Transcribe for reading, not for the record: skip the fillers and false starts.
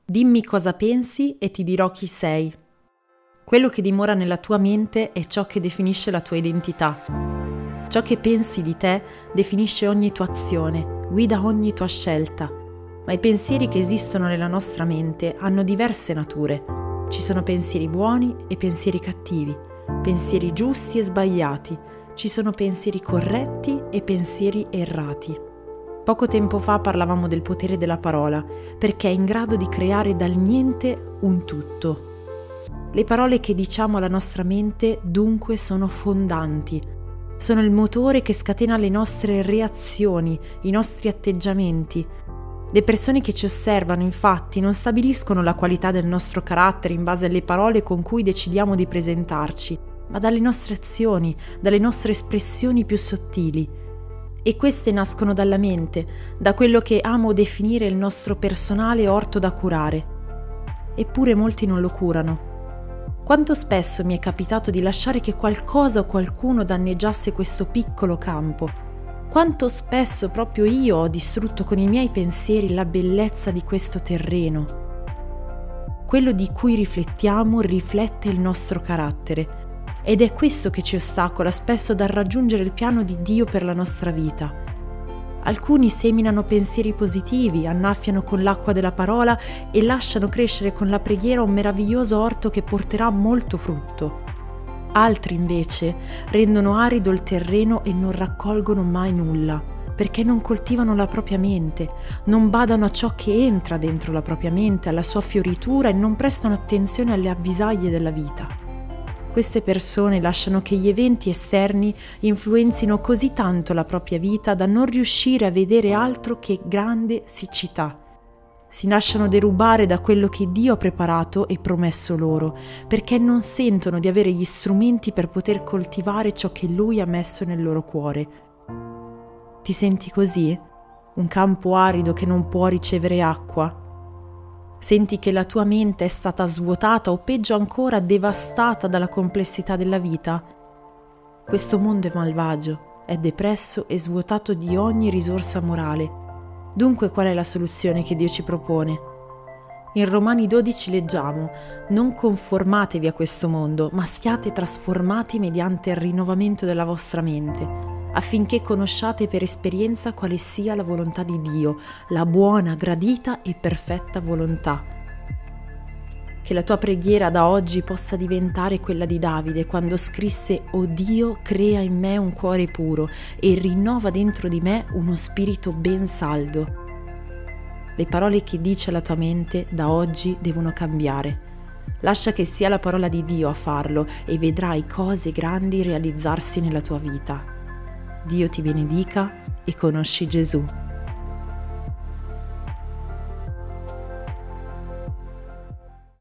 Dimmi cosa pensi e ti dirò chi sei. Quello che dimora nella tua mente è ciò che definisce la tua identità. Ciò che pensi di te definisce ogni tua azione, guida ogni tua scelta. Ma i pensieri che esistono nella nostra mente hanno diverse nature. Ci sono pensieri buoni e pensieri cattivi, pensieri giusti e sbagliati, ci sono pensieri corretti e pensieri errati. Poco tempo fa parlavamo del potere della parola, perché è in grado di creare dal niente un tutto. Le parole che diciamo alla nostra mente dunque sono fondanti, sono il motore che scatena le nostre reazioni, i nostri atteggiamenti. Le persone che ci osservano, infatti, non stabiliscono la qualità del nostro carattere in base alle parole con cui decidiamo di presentarci, ma dalle nostre azioni, dalle nostre espressioni più sottili. E queste nascono dalla mente, da quello che amo definire il nostro personale orto da curare. Eppure molti non lo curano. Quanto spesso mi è capitato di lasciare che qualcosa o qualcuno danneggiasse questo piccolo campo? Quanto spesso proprio io ho distrutto con i miei pensieri la bellezza di questo terreno? Quello di cui riflettiamo riflette il nostro carattere ed è questo che ci ostacola spesso dal raggiungere il piano di Dio per la nostra vita. Alcuni seminano pensieri positivi, annaffiano con l'acqua della parola e lasciano crescere con la preghiera un meraviglioso orto che porterà molto frutto. Altri invece rendono arido il terreno e non raccolgono mai nulla, perché non coltivano la propria mente, non badano a ciò che entra dentro la propria mente, alla sua fioritura e non prestano attenzione alle avvisaglie della vita. Queste persone lasciano che gli eventi esterni influenzino così tanto la propria vita da non riuscire a vedere altro che grande siccità. Si lasciano derubare da quello che Dio ha preparato e promesso loro, perché non sentono di avere gli strumenti per poter coltivare ciò che Lui ha messo nel loro cuore. Ti senti così? Un campo arido che non può ricevere acqua? Senti che la tua mente è stata svuotata o peggio ancora devastata dalla complessità della vita? Questo mondo è malvagio, è depresso e svuotato di ogni risorsa morale. Dunque qual è la soluzione che Dio ci propone? In Romani 12 leggiamo: non conformatevi a questo mondo, ma siate trasformati mediante il rinnovamento della vostra mente, affinché conosciate per esperienza quale sia la volontà di Dio, la buona, gradita e perfetta volontà. Che la tua preghiera da oggi possa diventare quella di Davide quando scrisse: «O Dio, crea in me un cuore puro e rinnova dentro di me uno spirito ben saldo». Le parole che dice alla tua mente da oggi devono cambiare. Lascia che sia la parola di Dio a farlo e vedrai cose grandi realizzarsi nella tua vita. Dio ti benedica e conosci Gesù.